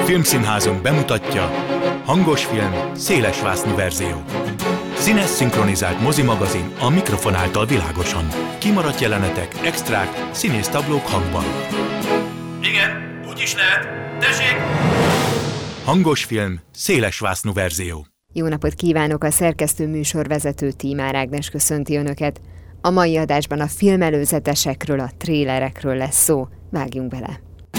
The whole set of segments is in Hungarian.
Filmszínházunk bemutatja hangos film, szélesvásznú verzió. Színes szinkronizált mozimagazin a mikrofon által világosan. Kimaradt jelenetek, extrák, színésztáblók hangban. Igen, úgy is lehet. Tessék! Hangos film, szélesvásznú verzió. Jó napot kívánok, a szerkesztő műsorvezető Tímár Ágnes köszönti Önöket. A mai adásban a filmelőzetesekről, a trélerekről lesz szó. Vágjunk bele!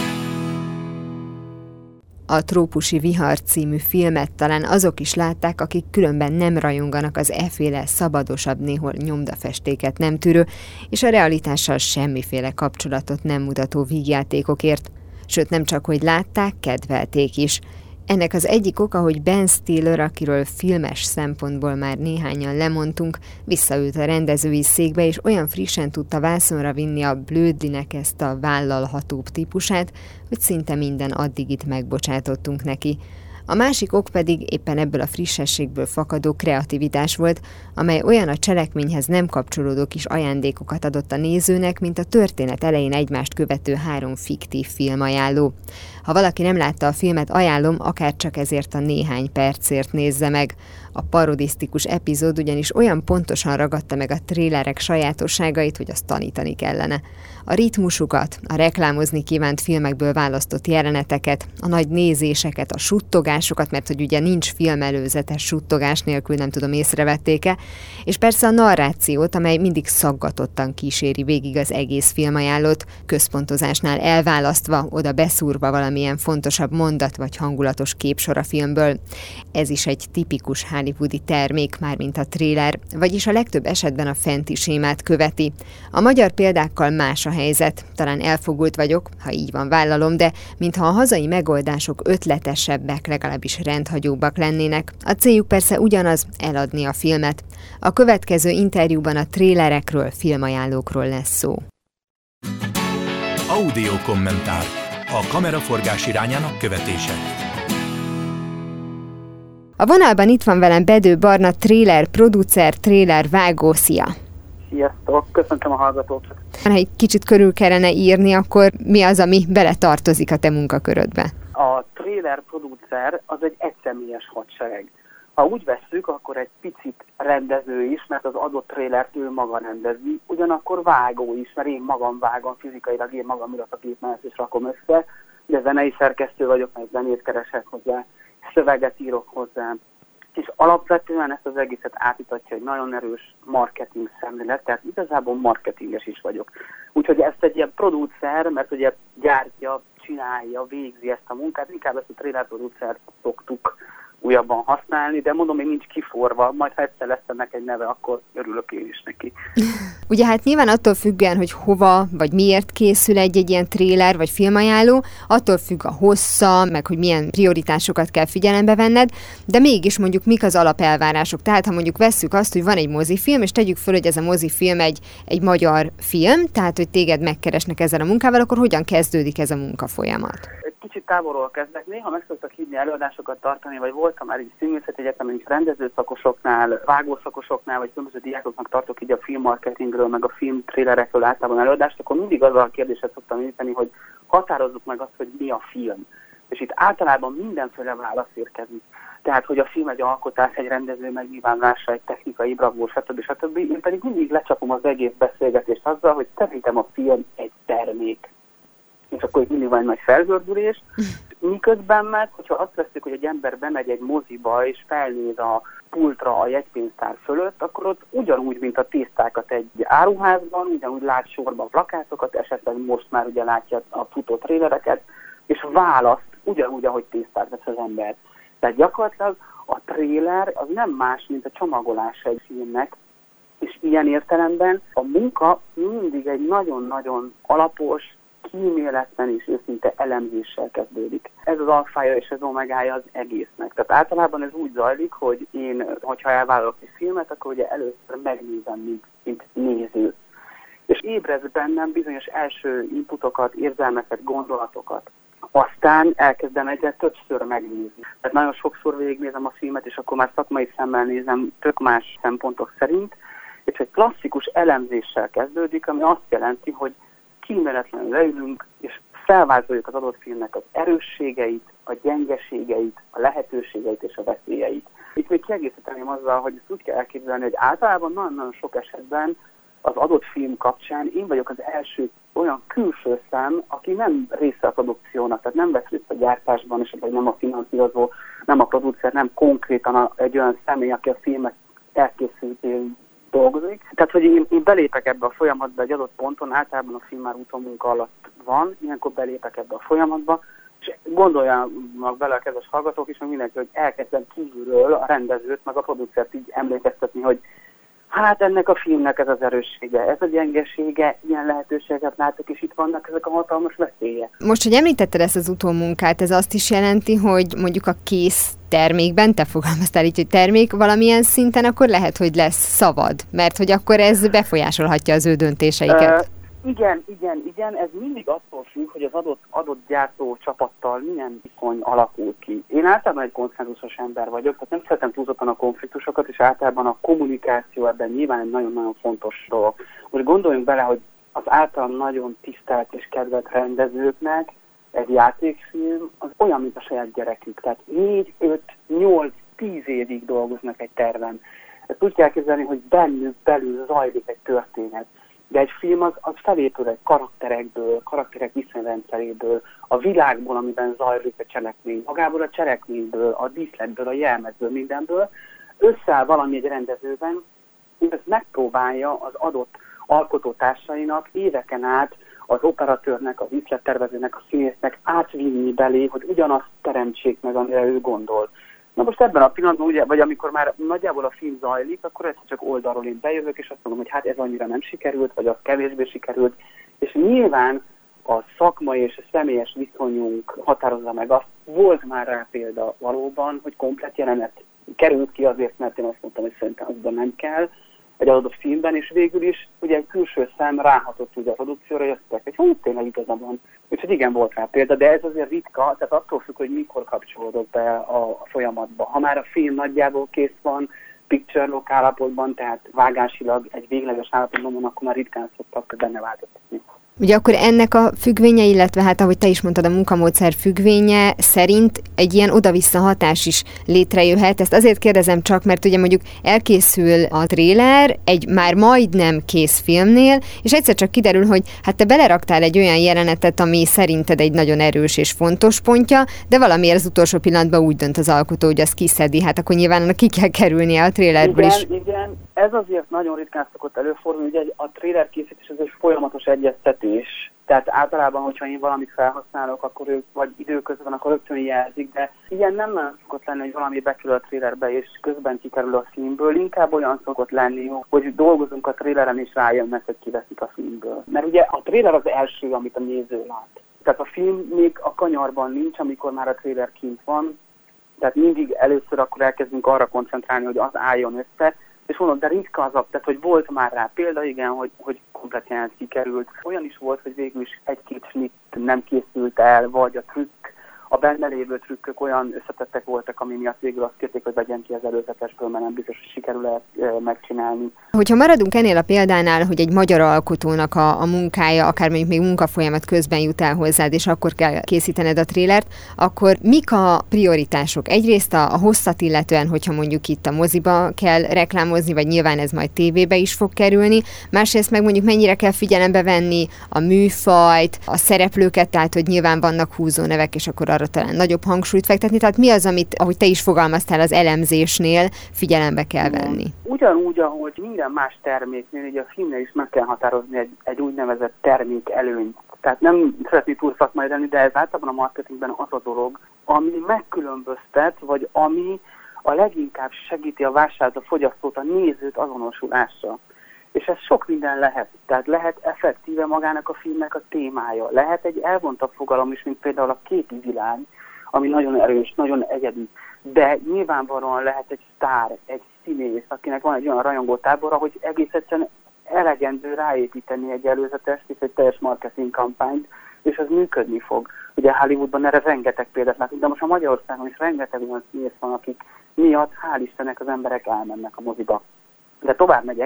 A Trópusi vihar című filmet talán azok is látták, akik különben nem rajonganak az efféle szabadosabb, néhol nyomdafestéket nem tűrő, és a realitással semmiféle kapcsolatot nem mutató vígjátékokért. Sőt, nem csak, hogy látták, kedvelték is. Ennek az egyik oka, hogy Ben Stiller, akiről filmes szempontból már néhányan lemondtunk, visszaült a rendezői székbe, és olyan frissen tudta vászonra vinni a Blödlinek ezt a vállalhatóbb típusát, hogy szinte minden addigit megbocsátottunk neki. A másik ok pedig éppen ebből a frissességből fakadó kreativitás volt, amely olyan a cselekményhez nem kapcsolódó kis ajándékokat adott a nézőnek, mint a történet elején egymást követő 3 fiktív filmajánló. Ha valaki nem látta a filmet, ajánlom, akár csak ezért a néhány percért nézze meg. A parodisztikus epizód ugyanis olyan pontosan ragadta meg a trélerek sajátosságait, hogy azt tanítani kellene. A ritmusukat, a reklámozni kívánt filmekből választott jeleneteket, a nagy nézéseket, a suttogásokat, mert hogy ugye nincs filmelőzetes suttogás nélkül, nem tudom, észrevették-e, és persze a narrációt, amely mindig szaggatottan kíséri végig az egész filmajánlót, központozásnál elválasztva, oda beszúrva valamilyen fontosabb mondat vagy hangulatos képsor a filmből. Ez is egy tipikus hollywoodi termék, mármint a tréler, vagyis a legtöbb esetben a fenti sémát követi. A magyar példákkal más a helyzet. Talán elfogult vagyok, ha így van, vállalom, de mintha a hazai megoldások ötletesebbek, legalábbis rendhagyóbbak lennének. A céljuk persze ugyanaz, eladni a filmet. A következő interjúban a trélerekről, filmajánlókról lesz szó. Audio kommentár. A kameraforgás irányának követése. A vonalban itt van velem Bedő Barna, tréler producer, tréler vágó. Szia! Sziasztok! Köszöntöm a hallgatókat! Ha egy kicsit körül kellene írni, akkor mi az, ami beletartozik a te munkakörödbe? A tréler producer az egy egyszemélyes hadsereg. Ha úgy vesszük, akkor egy picit rendező is, mert az adott trélert ő maga rendezi, ugyanakkor vágó is, mert én magam vágom, fizikailag én magam ülök a gép mellett és rakom össze, de zenei szerkesztő vagyok, meg zenét keresek hozzá, szöveget írok hozzá, és alapvetően ezt az egészet átítatja egy nagyon erős marketing szemlélet, tehát igazából marketinges is vagyok. Úgyhogy ezt egy ilyen producer, mert ugye gyártja, csinálja, végzi ezt a munkát, inkább ezt a trailer producert szoktuk újabban használni, de mondom, még nincs kiforva, majd ha egyszer lesz ennek egy neve, akkor örülök én is neki. Ugye hát nyilván attól függően, hogy hova vagy miért készül egy ilyen tréler vagy filmajánló, attól függ a hossza, meg hogy milyen prioritásokat kell figyelembe venned, de mégis mondjuk mik az alapelvárások. Tehát ha mondjuk vesszük azt, hogy van egy mozifilm, és tegyük föl, hogy ez a mozifilm egy magyar film, tehát hogy téged megkeresnek ezzel a munkával, akkor hogyan kezdődik ez a munkafolyamat? Kicsit távolról kezdek. Néha meg szoktak hívni előadásokat tartani, vagy voltam már így színművészeti egyetemen is rendezőszakosoknál, vágószakosoknál, vagy különböző diákoknak tartok így a filmmarketingről, meg a filmtrélerekről általában előadást, akkor mindig azzal a kérdéset szoktam említeni, hogy határozzuk meg azt, hogy mi a film. És itt általában mindenféle válasz érkezik. Tehát, hogy a film egy alkotás, egy rendező megnyilvánulása, egy technikai bravúr, stb. Én pedig mindig lecsapom az egész beszélgetést azzal, hogy szerintem a film egy termék. És akkor itt mindig van egy nagy felgördülés. Miközben meg, hogyha azt veszük, hogy egy ember bemegy egy moziba és felnéz a pultra a jegypénztár fölött, akkor ott ugyanúgy, mint a tésztákat egy áruházban, ugyanúgy lát sorban plakátokat, esetleg most már ugye látja a futó trélereket, és választ ugyanúgy, ahogy tésztát vesz az ember. Tehát gyakorlatilag a tréler az nem más, mint a csomagolása egy filmnek, és ilyen értelemben a munka mindig egy nagyon-nagyon alapos, kíméletlen és őszinte elemzéssel kezdődik. Ez az alfája és az omegája az egésznek. Tehát általában ez úgy zajlik, hogy én, hogyha elvállalok egy filmet, akkor ugye először megnézem, mint néző. És ébrez bennem bizonyos első inputokat, érzelmeket, gondolatokat. Aztán elkezdem egyre többször megnézni. Tehát nagyon sokszor végignézem a filmet, és akkor már szakmai szemmel nézem tök más szempontok szerint, és egy klasszikus elemzéssel kezdődik, ami azt jelenti, hogy kíméletlenül leülünk, és felvázoljuk az adott filmnek az erősségeit, a gyengeségeit, a lehetőségeit és a veszélyeit. Itt még kiegészíteném azzal, hogy ezt úgy kell elképzelni, hogy általában nagyon-nagyon sok esetben az adott film kapcsán én vagyok az első olyan külső szem, aki nem része a produkciónak, tehát nem vesz részt a gyártásban, esetleg nem a finanszírozó, nem a producer, nem konkrétan egy olyan személy, aki a filmek elkészültén dolgozik. Tehát, hogy én belépek ebbe a folyamatba egy adott ponton, általában a film már utómunka alatt van, ilyenkor belépek ebbe a folyamatba, és gondoljanak bele a kedves hallgatók is, meg mindenki, hogy elkezdem kívülről a rendezőt, meg a producert így emlékeztetni, hogy hát ennek a filmnek ez az erőssége, ez a gyengesége, ilyen lehetőséget látok, és itt vannak ezek a hatalmas veszélyek. Most, hogy említetted ezt az utómunkát, ez azt is jelenti, hogy mondjuk a kész termékben, te fogalmaztál így, hogy termék valamilyen szinten, akkor lehet, hogy lesz szavad, mert hogy akkor ez befolyásolhatja az ő döntéseiket. Igen, ez mindig attól függ, hogy az adott gyártó csapattal milyen viszony alakul ki. Én általában egy konszenzusos ember vagyok, tehát nem szeretem túlzottan a konfliktusokat, és általában a kommunikáció ebben nyilván egy nagyon-nagyon fontos dolog. Most gondoljunk bele, hogy az általán nagyon tisztelt és kedvelt rendezőknek egy játékfilm az olyan, mint a saját gyerekük. Tehát 4, 5, 8, 10 évig dolgoznak egy terven. Ezt úgy kell képzelni, hogy bennük belül zajlik egy történet. De egy film az felépül egy karakterekből, karakterek viszonyrendszeréből, a világból, amiben zajlik a cselekmény, magából a cselekményből, a díszletből, a jelmezből, mindenből, összeáll valami egy rendezőben, és ezt megpróbálja az adott alkotótársainak éveken át az operatőrnek, a díszlettervezőnek, a színésznek átvinni belé, hogy ugyanazt teremtsék meg, amire ő gondol. Na most ebben a pillanatban, ugye, vagy amikor már nagyjából a film zajlik, akkor ezt csak oldalról én bejövök, és azt mondom, hogy hát ez annyira nem sikerült, vagy az kevésbé sikerült, és nyilván a szakmai és a személyes viszonyunk határozza meg azt, volt már rá példa valóban, hogy komplett jelenet került ki azért, mert én azt mondtam, hogy szerintem azban nem kell, egy adott filmben, és végül is ugye egy külső szem ráhatott ugye a produkcióra, hogy azt mondták, hogy tényleg igaza van. Úgyhogy igen, volt rá példa, de ez azért ritka, tehát attól függ, hogy mikor kapcsolódott be a folyamatba. Ha már a film nagyjából kész van, picture lock állapotban, tehát vágásilag egy végleges állapotban van, akkor már ritkán szoktak benne változtatni. Ugye akkor ennek a függvénye, illetve hát ahogy te is mondtad, a munkamódszer függvénye szerint egy ilyen oda-vissza hatás is létrejöhet. Ezt azért kérdezem csak, mert ugye mondjuk elkészül a tréler egy már majdnem kész filmnél, és egyszer csak kiderül, hogy hát te beleraktál egy olyan jelenetet, ami szerinted egy nagyon erős és fontos pontja, de valamiért az utolsó pillanatban úgy dönt az alkotó, hogy az kiszedi, hát akkor nyilván annak ki kell kerülnie a trélerből is. Igen, ez azért nagyon ritkán szokott előfordulni, ugye a tréler készítés ez egy folyamatos egyeztetés. Tehát általában, hogyha én valamit felhasználok, akkor ők vagy időközben, akkor rögtön jelzik, de ilyen nem szokott lenni, hogy valami bekerül a trélerbe, és közben kikerül a filmből. Inkább olyan szokott lenni, hogy dolgozunk a tréleren, és rájönnek, hogy kiveszik a filmből. Mert ugye a tréler az első, amit a néző lát. Tehát a film még a kanyarban nincs, amikor már a tréler kint van. Tehát mindig először akkor elkezdünk arra koncentrálni, hogy az álljon össze. És mondom, de ritka az, tehát hogy volt már rá példa, igen, hogy komplet jelent kikerült. Olyan is volt, hogy végül is egy-két snitt nem készült el, vagy a trükk, a benne lévő trükkök olyan összetettek voltak, ami miatt végül azt kérték, hogy vegyen ki az előzetesből, mert nem biztos, hogy sikerül ezt megcsinálni. Hogyha maradunk ennél a példánál, hogy egy magyar alkotónak a munkája, akár mondjuk még munkafolyamat közben jut el hozzád, és akkor kell készítened a trélert, akkor mik a prioritások? Egyrészt a hosszat illetően, hogyha mondjuk itt a moziba kell reklámozni, vagy nyilván ez majd tévébe is fog kerülni, másrészt meg mondjuk mennyire kell figyelembe venni a műfajt, a szereplőket, tehát hogy nyilván vannak húzónevek, és akkor arra talán nagyobb hangsúlyt fektetni, tehát mi az, amit, ahogy te is fogalmaztál az elemzésnél, figyelembe kell venni? Ugyanúgy, ahogy minden más terméknél, így a filmnél is meg kell határozni egy úgynevezett termék előnyt. Tehát nem szeretnék túl szakmai lenni, de ez általában a marketingben az a dolog, ami megkülönböztet, vagy ami a leginkább segíti a vásárlót, a fogyasztót, a nézőt azonosulásra. És ez sok minden lehet. Tehát lehet effektíve magának a filmnek a témája. Lehet egy elvontabb fogalom is, mint például a képi világ, ami nagyon erős, nagyon egyedi. De nyilvánvalóan lehet egy sztár, egy színész, akinek van egy olyan rajongótábora, hogy egész egyszerűen elegendő ráépíteni egy előzetest, és egy teljes marketing kampányt, és az működni fog. Ugye Hollywoodban erre rengeteg példát látunk, de most a Magyarországon is rengeteg olyan színész van, akik miatt hál' Istennek az emberek elmennek a moziba. De tovább megyek,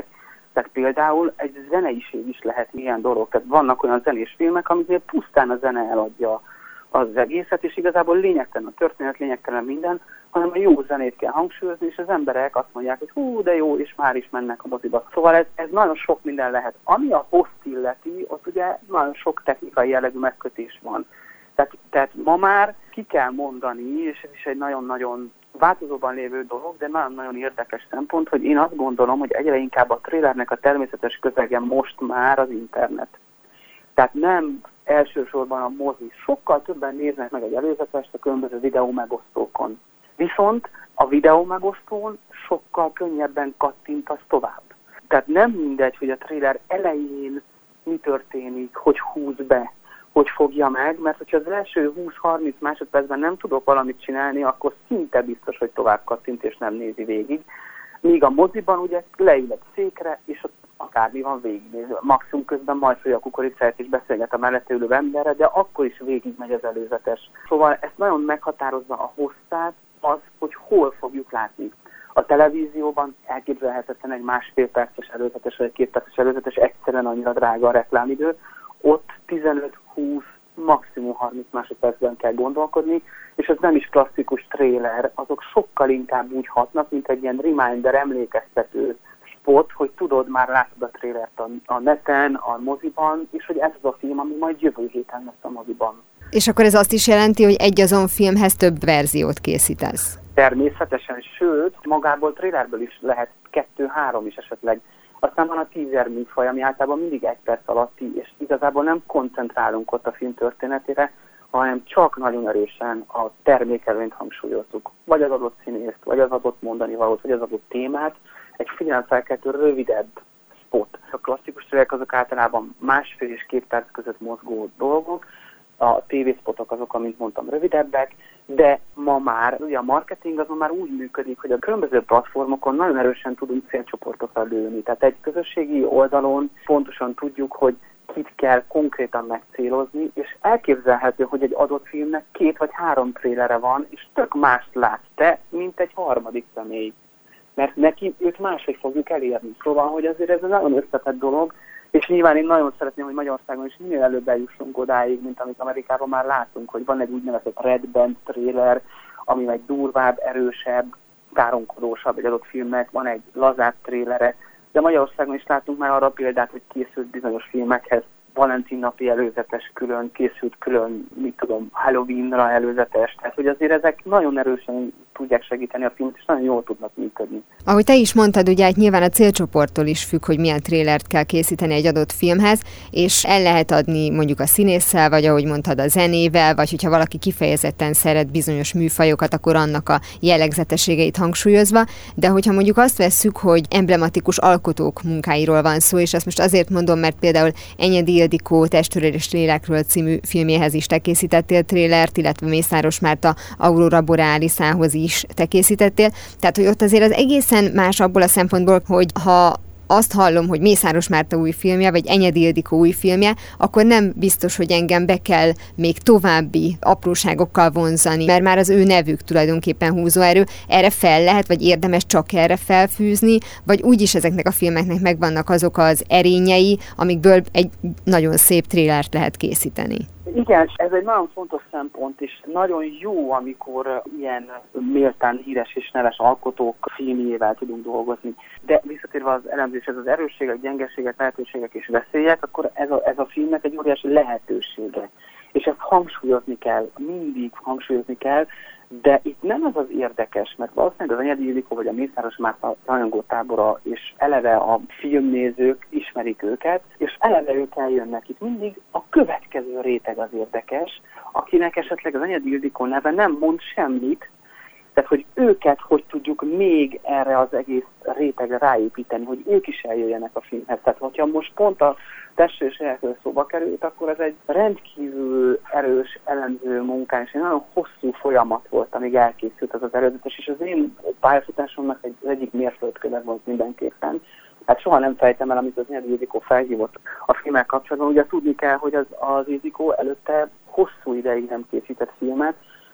Tehát például egy zeneiség is lehet ilyen dolog. Tehát vannak olyan zenés filmek, amiknél pusztán a zene eladja az egészet, és igazából lényegtelen a történet, lényegtelen minden, hanem a jó zenét kell hangsúlyozni, és az emberek azt mondják, hogy hú, de jó, és már is mennek a moziba. Szóval ez nagyon sok minden lehet. Ami a host illeti, ott ugye nagyon sok technikai jellegű megkötés van. Tehát ma már ki kell mondani, és ez is egy nagyon-nagyon változóban lévő dolog, de nagyon-nagyon érdekes szempont, hogy én azt gondolom, hogy egyre inkább a trélernek a természetes közege most már az internet. Tehát nem elsősorban a mozi. Sokkal többen néznek meg egy előzetest a különböző videó megosztókon. Viszont a videó megosztón sokkal könnyebben kattintasz tovább. Tehát nem mindegy, hogy a tréler elején mi történik, hogy húz be, hogy fogja meg, mert hogyha az első 20-30 másodpercben nem tudok valamit csinálni, akkor szinte biztos, hogy tovább kattint és nem nézi végig. Míg a moziban ugye leül egy székre, és ott akármi van végignéz. Maximum közben majd folyja a kukoricáját és beszélget a mellette ülő emberre, de akkor is végigmegy az előzetes. Szóval ezt nagyon meghatározza a hosszát az, hogy hol fogjuk látni. A televízióban elképzelhetetlen egy 1,5 perces előzetes vagy 2 perces előzetes, egyszerűen annyira drága a reklámidő. Ott 15-20, maximum 30 másodpercben kell gondolkodni, és ez nem is klasszikus tréler, azok sokkal inkább úgy hatnak, mint egy ilyen reminder, emlékeztető spot, hogy tudod, már látod a trélert a neten, a moziban, és hogy ez az a film, ami majd jövő héten lesz a moziban. És akkor ez azt is jelenti, hogy egy azon filmhez több verziót készítesz? Természetesen, sőt, magából trélerből is lehet 2-3 is esetleg. Aztán van a teaser műfaj, ami általában mindig 1 perc alatti, és igazából nem koncentrálunk ott a film történetére, hanem csak nagyon erősen a termékelőnyt hangsúlyozzuk. Vagy az adott színészt, vagy az adott mondani valót, vagy az adott témát, egy figyelemfelkeltő rövidebb spot. A klasszikus trailerek azok általában 1,5 és 2 perc között mozgó dolgok, a tévészpotok azok, amint mondtam, rövidebbek, de ma már, ugye a marketing az már úgy működik, hogy a különböző platformokon nagyon erősen tudunk célcsoportokra lőni. Tehát egy közösségi oldalon pontosan tudjuk, hogy kit kell konkrétan megcélozni, és elképzelhető, hogy egy adott filmnek 2 vagy 3 trélere van, és tök mást látsz te, mint egy harmadik személy. Mert neki őt máshogy fogjuk elérni. Szóval, hogy azért ez egy nagyon összetett dolog, és nyilván én nagyon szeretném, hogy Magyarországon is minél előbb eljussunk odáig, mint amit Amerikában már látunk, hogy van egy úgynevezett Red Band trailer, ami egy durvább, erősebb, káronkodósabb egy adott filmnek, van egy lazább trailere, de Magyarországon is látunk már arra példát, hogy készült bizonyos filmekhez Valentin napi előzetes külön, készült külön, Halloweenra előzetes, tehát hogy azért ezek nagyon erősen tudják segíteni a filmet, és nagyon jól tudnak működni. Ahogy te is mondtad, ugye hát nyilván a célcsoporttól is függ, hogy milyen trélert kell készíteni egy adott filmhez, és el lehet adni mondjuk a színésszel, vagy ahogy mondtad a zenével, vagy hogyha valaki kifejezetten szeret bizonyos műfajokat, akkor annak a jellegzetességeit hangsúlyozva, de hogyha mondjuk azt vesszük, hogy emblematikus alkotók munkáiról van szó, és ezt most azért mondom, mert például Enyedi Ildikó Testről és lélekről című filmjéhez is te készítettél trélert, illetve Mészáros Márta Aurora Borealisához is te készítettél. Tehát, hogy ott azért az egészen más abból a szempontból, hogy ha azt hallom, hogy Mészáros Márta új filmje, vagy Enyedi Ildikó új filmje, akkor nem biztos, hogy engem be kell még további apróságokkal vonzani, mert már az ő nevük tulajdonképpen húzóerő. Erre fel lehet, vagy érdemes csak erre felfűzni, vagy úgyis ezeknek a filmeknek megvannak azok az erényei, amikből egy nagyon szép trélert lehet készíteni. Igen, ez egy nagyon fontos szempont, és nagyon jó, amikor ilyen méltán híres és neves alkotók filmjével tudunk dolgozni. De visszatérve az elemzéshez, az erősségek, gyengeségek, lehetőségek és veszélyek, akkor ez a filmnek egy óriási lehetősége. És ezt hangsúlyozni kell, mindig hangsúlyozni kell, de itt nem az az érdekes, mert valószínűleg az Enyedi Ildikó vagy a Mészáros Márta rajongótábora, és eleve a filmnézők ismerik őket, és eleve ők eljönnek itt. Mindig a következő réteg az érdekes, akinek esetleg az Enyedi Ildikó neve nem mond semmit, tehát hogy őket hogy tudjuk még erre az egész rétegre ráépíteni, hogy ők is eljöjjenek a filmhez. Tehát hogyha most pont a Testről és lélekről szóba került, akkor ez egy rendkívül erős elemző munkán, és egy nagyon hosszú folyamat volt, amíg elkészült az előzetes, és az én pályafutásomnak az egyik mérföldköve volt mindenképpen. Hát soha nem fejtem el, amit az Enyedi Ildikó felhívott a filmmel kapcsolatban. Ugye tudni kell, hogy az Ildikó előtte hosszú ideig nem készített filmet,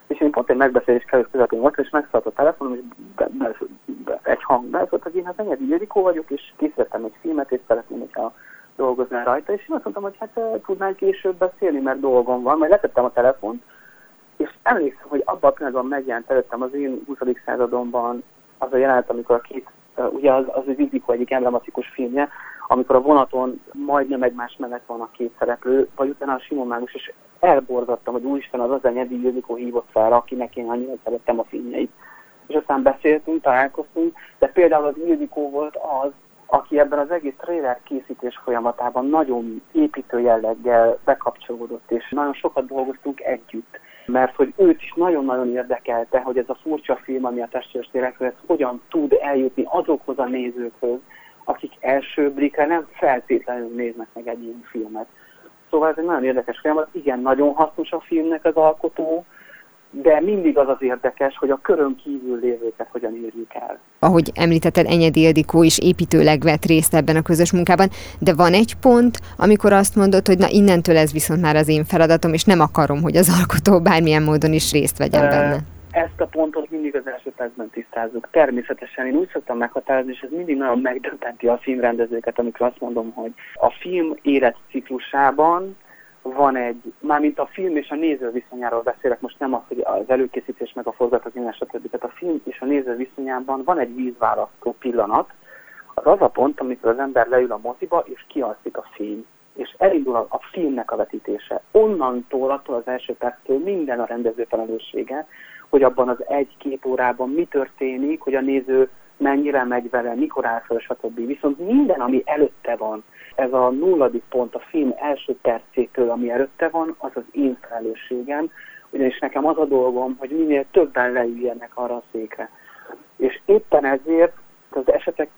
És én pont egy megbeszélés közepén voltam, és megszállt a telefonom, és egy hang beleszólt, hogy én hát Enyedi Ildikó vagyok, és készítettem egy filmet, és szeretném, hogyha dolgoznál rajta, és én azt mondtam, hogy hát tudnánk később beszélni, mert dolgom van, majd letettem a telefont, és emlékszem, hogy abban a pillanatban megjelent előttem az én 20. századomban az a jelenet, amikor a két, ugye az Ildikó egyik emblematikus filmje, amikor a vonaton majdnem egymás mellett van a két szereplő, vagy utána a Simon Mágus, és elborzadtam, hogy úristen, az Enyedi Ildikó hívott fel, akinek én annyira szerettem a filmjeit. És aztán beszéltünk, találkoztunk, de például az Ildikó volt az, aki ebben az egész trailer készítés folyamatában nagyon építő jelleggel bekapcsolódott, és nagyon sokat dolgoztunk együtt. Mert hogy őt is nagyon-nagyon érdekelte, hogy ez a furcsa film, ami a Testvéres lélekről, ez hogyan tud eljutni azokhoz a nézőkhöz, akik első blikre nem feltétlenül néznek meg egy ilyen filmet. Szóval ez egy nagyon érdekes folyamat, igen, nagyon hasznos a filmnek az alkotó, de mindig az érdekes, hogy a körön kívül lévőket hogyan érjük el. Ahogy említetted, Enyedi Ildikó is építőleg vett részt ebben a közös munkában, de van egy pont, amikor azt mondod, hogy na innentől ez viszont már az én feladatom, és nem akarom, hogy az alkotó bármilyen módon is részt vegyen benne. Ezt a pontot mindig az első percben tisztázzuk. Természetesen én úgy szoktam meghatározni, és ez mindig nagyon megdöbbenti a filmrendezőket, amikor azt mondom, hogy a film életciklusában van egy, mármint a film és a néző viszonyáról beszélek, most nem az, hogy az előkészítés meg a forgatókönyv, stb. Tehát a film és a néző viszonyában van egy vízválasztó pillanat, az a pont, amikor az ember leül a moziba, és kialszik a film. És elindul a filmnek a vetítése. Onnantól, attól az első perctől minden a rendező felelőssége, hogy abban az 1-2 órában mi történik, hogy a néző mennyire megy vele, mikor áll fel, stb. Viszont minden, ami előtte van, ez a 0. pont a film első percétől, ami előtte van, az az én felelősségem, ugyanis nekem az a dolgom, hogy minél többen leüljenek arra a székre. És éppen ezért az esetek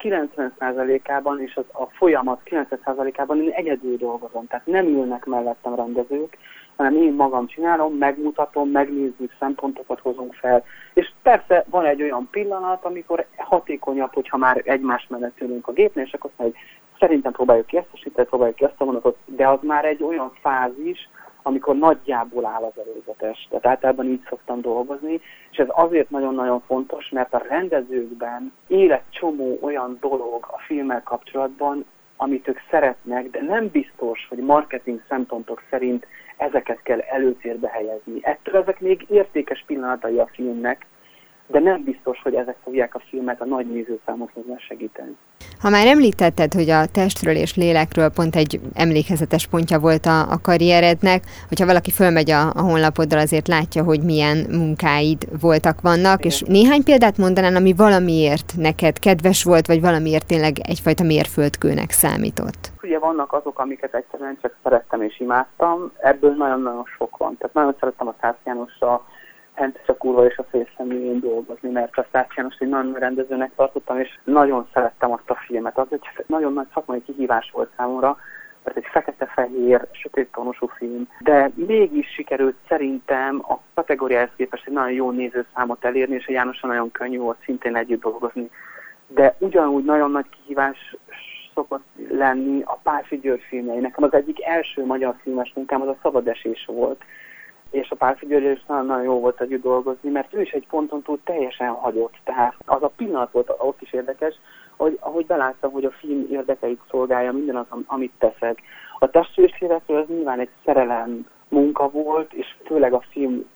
90%-ában és a folyamat 90%-ában én egyedül dolgozom. Tehát nem ülnek mellettem rendezők, hanem én magam csinálom, megmutatom, megnézzük, szempontokat hozunk fel. És persze van egy olyan pillanat, amikor hatékonyabb, hogyha már egymás mellett ülünk a gépnél, és akkor azt mondja, hogy szerintem próbáljuk ki ezt a sítet, próbáljuk ki ezt a vonatot, de az már egy olyan fázis, amikor nagyjából áll az előzetes. Tehát általában így szoktam dolgozni, és ez azért nagyon-nagyon fontos, mert a rendezőkben él egy csomó olyan dolog a filmmel kapcsolatban, amit ők szeretnek, de nem biztos, hogy marketing szempontok szerint ezeket kell előtérbe helyezni. Ettől ezek még értékes pillanatai a filmnek, de nem biztos, hogy ezek fogják a filmet a nagy nézőszámokhoz segíteni. Ha már említetted, hogy a testről és lélekről pont egy emlékezetes pontja volt a karrierednek, hogyha valaki fölmegy a honlapoddal, azért látja, hogy milyen munkáid vannak, és néhány példát mondanán, ami valamiért neked kedves volt, vagy valamiért tényleg egyfajta mérföldkőnek számított? Ugye vannak azok, amiket egyszerűen csak szerettem és imádtam, ebből nagyon-nagyon sok van. Tehát nagyon szerettem a Szász Jánossal, Hentes a kurva és a félszeműjén dolgozni, mert a Szász Jánost egy nagyon rendezőnek tartottam, és nagyon szerettem azt a filmet. Az egy nagyon nagy szakmai kihívás volt számomra, mert egy fekete-fehér, sötéttónusú film, de mégis sikerült szerintem a kategóriához képest egy nagyon jó nézőszámot elérni, és a Jánossal nagyon könnyű volt szintén együtt dolgozni. De ugyanúgy nagyon nagy kihívás szokott lenni a Pálffy György filmjei. Nekem az egyik első magyar filmes munkám az a Szabad esés volt. És a Pálffy Györgyel is nagyon jó volt együtt dolgozni, mert ő is egy ponton túl teljesen hagyott. Tehát az a pillanat volt ott is érdekes, hogy ahogy beláttam, hogy a film érdekeit szolgálja minden az, amit teszek. A Testvéres lélekről az nyilván egy szerelem munka volt, és főleg a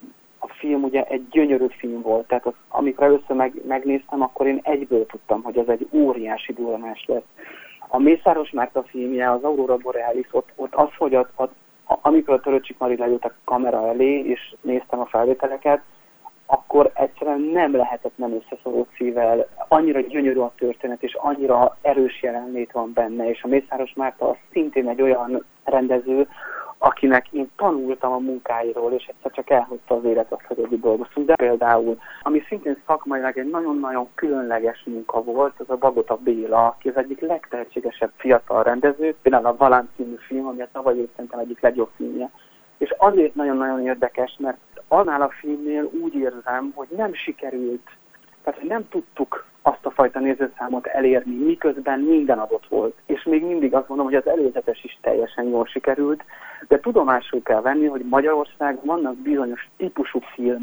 film ugye egy gyönyörű film volt. Tehát amikor először megnéztem, akkor én egyből tudtam, hogy ez egy óriási durranás lesz. A Mészáros Márta filmje, az Aurora Borealis, ott az, hogy amikor a Töröcsik Mari leült a kamera elé, és néztem a felvételeket, akkor egyszerűen nem lehetett nem összeszorult szívvel. Annyira gyönyörű a történet, és annyira erős jelenlét van benne, és a Mészáros Márta az szintén egy olyan rendező, akinek én tanultam a munkáiról, és egyszer csak elhozta az élet azt, hogy együtt dolgoztunk. De például, ami szintén szakmailag egy nagyon-nagyon különleges munka volt, az a Bagota Béla, aki az egyik legtehetségesebb fiatal rendező, például a Valánt című film, ami a tavaly év szerintem egyik legjobb filmje. És azért nagyon-nagyon érdekes, mert annál a filmnél úgy érzem, hogy nem sikerült, tehát hogy nem tudtuk azt a fajta nézőszámot elérni, miközben minden adott volt. És még mindig azt mondom, hogy az előzetes is teljesen jól sikerült, de tudomásul kell venni, hogy Magyarországon vannak bizonyos típusú filmek,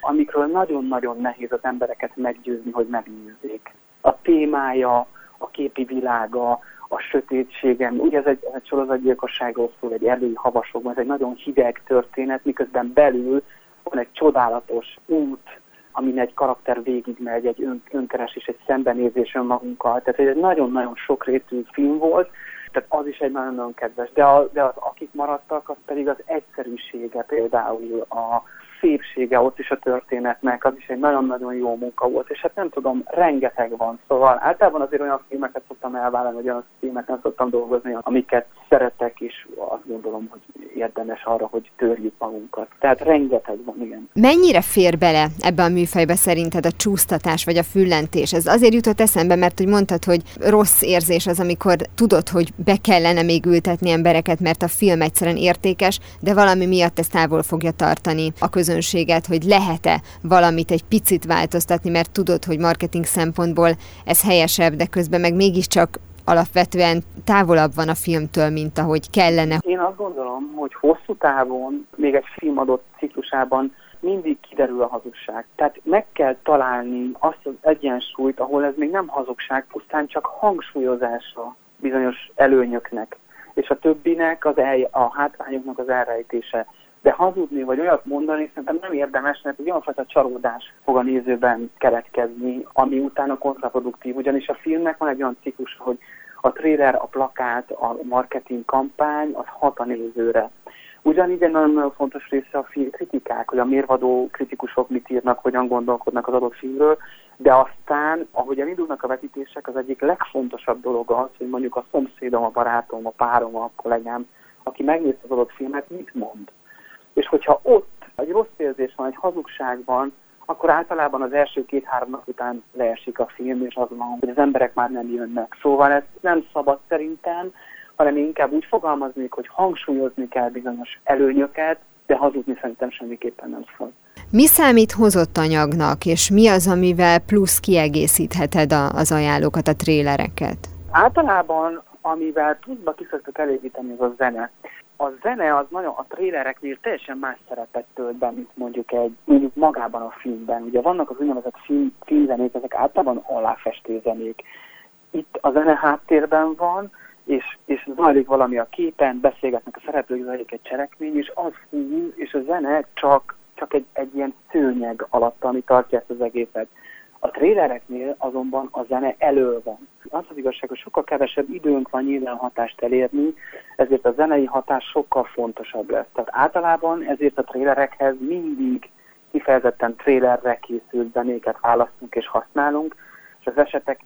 amikről nagyon-nagyon nehéz az embereket meggyőzni, hogy megnézzék. A témája, a képi világa, a sötétségem. Ugye ez egy sorozatgyilkosságról szól, egy erdélyi havasokban, ez egy nagyon hideg történet, miközben belül van egy csodálatos út, amin egy karakter végigmegy, egy önkeresés, egy szembenézés önmagunkkal. Tehát egy nagyon-nagyon sokrétű film volt, tehát az is egy nagyon-nagyon kedves. De akik maradtak, az pedig az egyszerűsége, például a szépsége ott is a történetnek, az is egy nagyon-nagyon jó munka volt, és hát nem tudom, rengeteg van. Szóval általában azért olyan filmeket szoktam elvállalni, vagy olyan filmeken szoktam dolgozni, amiket szeretek, és azt gondolom, hogy érdemes arra, hogy törjük magunkat. Tehát rengeteg van, igen. Mennyire fér bele ebbe a műfajba szerinted a csúsztatás vagy a füllentés? Ez azért jutott eszembe, mert hogy mondtad, hogy rossz érzés az, amikor tudod, hogy be kellene még ültetni embereket, mert a film egyszerűen értékes, de valami miatt ezt távol fogja tartani a közönséget, hogy lehet-e valamit egy picit változtatni, mert tudod, hogy marketing szempontból ez helyesebb, de közben meg mégiscsak alapvetően távolabb van a filmtől, mint ahogy kellene. Én azt gondolom, hogy hosszú távon, még egy film adott ciklusában mindig kiderül a hazugság. Tehát meg kell találni azt az egyensúlyt, ahol ez még nem hazugság, pusztán csak hangsúlyozása bizonyos előnyöknek, és a többinek a hátrányoknak az elrejtése. De hazudni, vagy olyat mondani szerintem nem érdemes, mert egy olyanfajta csalódás fog a nézőben keletkezni, ami utána kontraproduktív. Ugyanis a filmnek van egy olyan ciklus, hogy a trailer, a plakát, a marketing kampány, az hat a nézőre. Ugyanígy egy nagyon-nagyon fontos része a film kritikák, hogy a mérvadó kritikusok mit írnak, hogyan gondolkodnak az adott filmről, de aztán, ahogy elindulnak a vetítések, az egyik legfontosabb dolog az, hogy mondjuk a szomszédom, a barátom, a párom, a kollégám, aki megnézte az adott filmet, mit mond. És hogyha ott egy rossz érzés van, egy hazugság van, akkor általában az első 2-3 nap után leesik a film, és az van, hogy az emberek már nem jönnek. Szóval ez nem szabad szerintem, hanem inkább úgy fogalmaznék, hogy hangsúlyozni kell bizonyos előnyöket, de hazudni szerintem semmiképpen nem szabad. Mi számít hozott anyagnak, és mi az, amivel plusz kiegészítheted az ajánlókat, a trélereket? Általában, amivel pluszba ki szoktak elégíteni, az a zene. A zene az nagyon a trélereknél teljesen más szerepet tölt be, mint mondjuk magában a filmben. Ugye vannak az úgynevezett filmzenék, ezek általában aláfestő zenék. Itt a zene háttérben van, és zajlik valami a képen, beszélgetnek a szereplők, zajlik egy cselekmény, és az húz, és a zene csak egy ilyen szőnyeg alatt, ami tartja ezt az egészet. A trélereknél azonban a zene elől van. Az az igazság, hogy sokkal kevesebb időnk van nyilván hatást elérni, ezért a zenei hatás sokkal fontosabb lesz. Tehát általában ezért a trélerekhez mindig kifejezetten trélerre készült zenéket választunk és használunk, és az esetek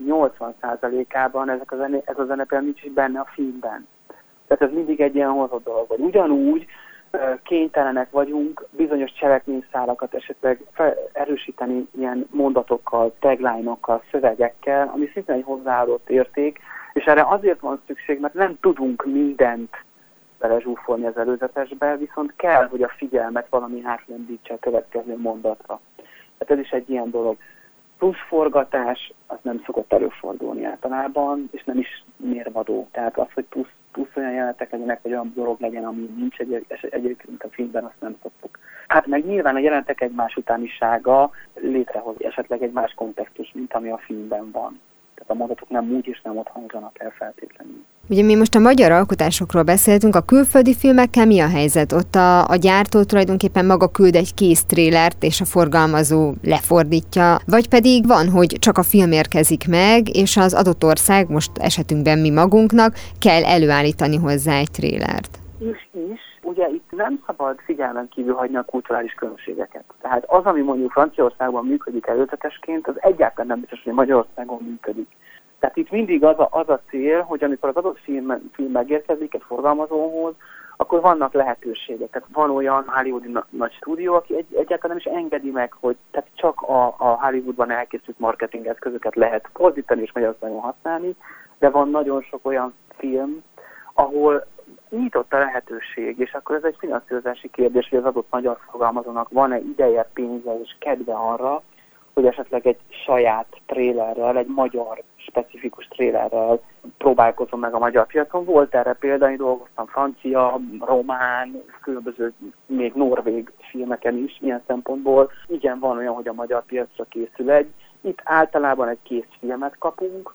80%-ában ez a zene például nincs is benne a filmben. Tehát ez mindig egy ilyen hozott dolog. Vagy ugyanúgy kénytelenek vagyunk bizonyos cselekményszálakat esetleg erősíteni ilyen mondatokkal, tagline-okkal, szövegekkel, ami szintén egy hozzáadott érték, és erre azért van szükség, mert nem tudunk mindent belezsúfolni az előzetesbe, viszont kell, hogy a figyelmet valami átlendítse a következő mondatra. Tehát ez is egy ilyen dolog. Plusz forgatás, az nem szokott előfordulni általában, és nem is mérvadó. Tehát az, hogy plusz olyan jelenetek legyenek, vagy olyan dolog legyen, ami nincs egyébként a filmben, azt nem szoktuk. Hát meg nyilván a jelenetek egymás utánisága létrehoz esetleg egy más kontextus, mint ami a filmben van. Tehát a mondatok nem úgy és nem ott hangzanak el feltétlenül. Ugye mi most a magyar alkotásokról beszéltünk, a külföldi filmekkel mi a helyzet? Ott a gyártó tulajdonképpen maga küld egy kész trélert, és a forgalmazó lefordítja, vagy pedig van, hogy csak a film érkezik meg, és az adott ország, most esetünkben mi magunknak, kell előállítani hozzá egy trélert. Is. Ugye itt nem szabad figyelmen kívül hagyni a kulturális különbségeket. Tehát az, ami mondjuk Franciaországban működik előzetesként, az egyáltalán nem biztos, hogy Magyarországon működik. Tehát itt mindig az a cél, hogy amikor az adott film megérkezik egy forgalmazóhoz, akkor vannak lehetőségek. Tehát van olyan hollywoodi nagy stúdió, aki egyáltalán nem is engedi meg, hogy tehát csak a Hollywoodban elkészült marketing eszközöket lehet fordítani és Magyarországon használni, de van nagyon sok olyan film, ahol nyitott a lehetőség, és akkor ez egy finanszírozási kérdés, hogy az adott magyar forgalmazónak van-e ideje, pénze és kedve arra, hogy esetleg egy saját trélerrel, egy magyar specifikus trélerrel próbálkozom meg a magyar piacon. Volt erre példa, én dolgoztam francia, román, különböző még norvég filmeken is ilyen szempontból. Igen, van olyan, hogy a magyar piacra készül egy. Itt általában egy kész filmet kapunk,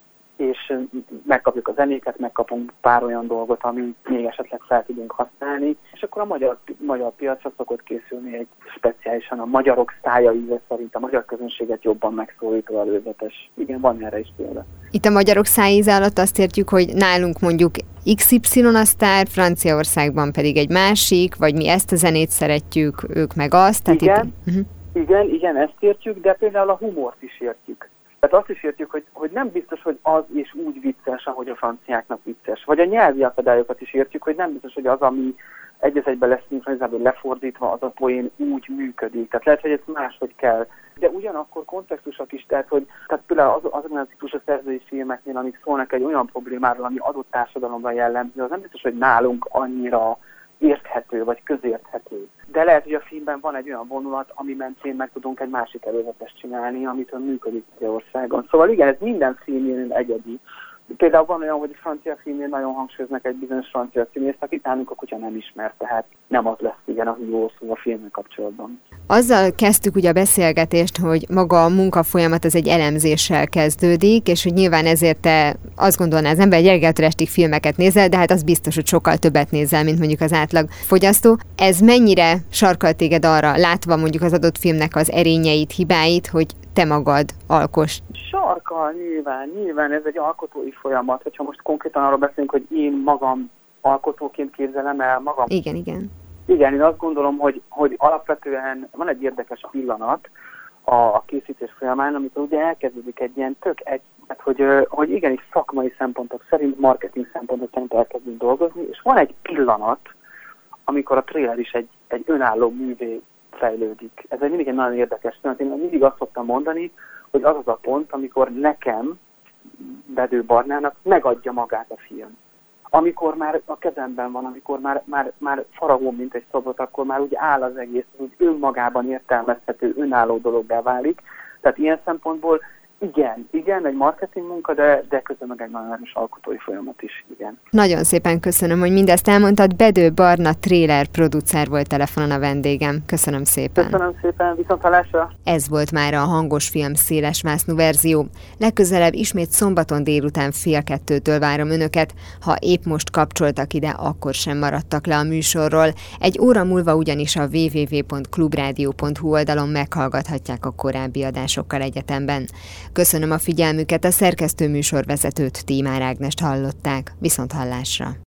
és megkapjuk a zenéket, megkapunk pár olyan dolgot, amit még esetleg fel tudunk használni, és akkor a magyar piacra szokott készülni egy speciálisan a magyarok szája íze szerint a magyar közönséget jobban megszólító előzetes. Igen, van erre is példa. Itt a magyarok szájíze alatt azt értjük, hogy nálunk mondjuk XY a sztár, Franciaországban pedig egy másik, vagy mi ezt a zenét szeretjük, ők meg azt. Tehát igen, itt... igen, ezt értjük, de például a humort is értjük. Tehát azt is értjük, hogy nem biztos, hogy az és úgy vicces, ahogy a franciáknak vicces. Vagy a nyelvi akadályokat is értjük, hogy nem biztos, hogy az, ami egy az egyben lesz szinkronizálva, lefordítva, az a poén úgy működik. Tehát lehet, hogy ez máshogy kell. De ugyanakkor kontextusok is, tehát például azoknál a típusú szerzői filmeknél, amik szólnak egy olyan problémáról, ami adott társadalomban jellemző, az nem biztos, hogy nálunk annyira érthető vagy közérthető. De lehet, hogy a filmben van egy olyan vonulat, ami mentén meg tudunk egy másik előzetest csinálni, amitől működik Magyarországon. Szóval igen, ez minden filmjén egyedi. Például van olyan, hogy a francia filmjén nagyon hangsúlyoznak egy bizonyos francia színészt, akit nálunk a kutya nem ismer, tehát nem az lesz igen a hívó szó a filmmel kapcsolatban. Azzal kezdtük ugye a beszélgetést, hogy maga a munkafolyamat az egy elemzéssel kezdődik, és hogy nyilván ezért te azt gondolná az ember, hogy reggeltől estig filmeket nézel, de hát az biztos, hogy sokkal többet nézel, mint mondjuk az átlag fogyasztó. Ez mennyire sarkal téged arra, látva mondjuk az adott filmnek az erényeit, hibáit, hogy te magad alkoss? Sarkal, nyilván ez egy alkotói folyamat, hogyha most konkrétan arról beszélünk, hogy én magam alkotóként képzelem el magam. Igen. Igen, én azt gondolom, hogy alapvetően van egy érdekes pillanat a készítés folyamán, amikor ugye elkezdődik egy ilyen hogy igenis szakmai szempontok szerint, marketing szempontok szerint elkezdünk dolgozni, és van egy pillanat, amikor a trailer is egy önálló művé fejlődik. Ez mindig egy nagyon érdekes pillanat. Én mindig azt szoktam mondani, hogy az a pont, amikor nekem, Bedő Barnának megadja magát a film. Amikor már a kezemben van, amikor már faragom, mint egy szobrot, akkor már úgy áll az egész, úgy önmagában értelmezhető, önálló dologgá válik. Tehát ilyen szempontból igen, egy marketing munka, de közben meg egy nagyon erős alkotói folyamat is, igen. Nagyon szépen köszönöm, hogy mindezt elmondtad. Bedő Barna trailer producer volt telefonon a vendégem. Köszönöm szépen. Köszönöm szépen, viszonthallásra. Ez volt már a hangos film szélesvásznú verzió. Legközelebb ismét szombaton délután 1:30-től várom önöket. Ha épp most kapcsoltak ide, akkor sem maradtak le a műsorról. Egy óra múlva ugyanis a www.clubradio.hu oldalon meghallgathatják a korábbi adásokkal egyetemben. Köszönöm a figyelmüket, a szerkesztő műsorvezetőt, Tímár Ágnest hallották. Viszonthallásra!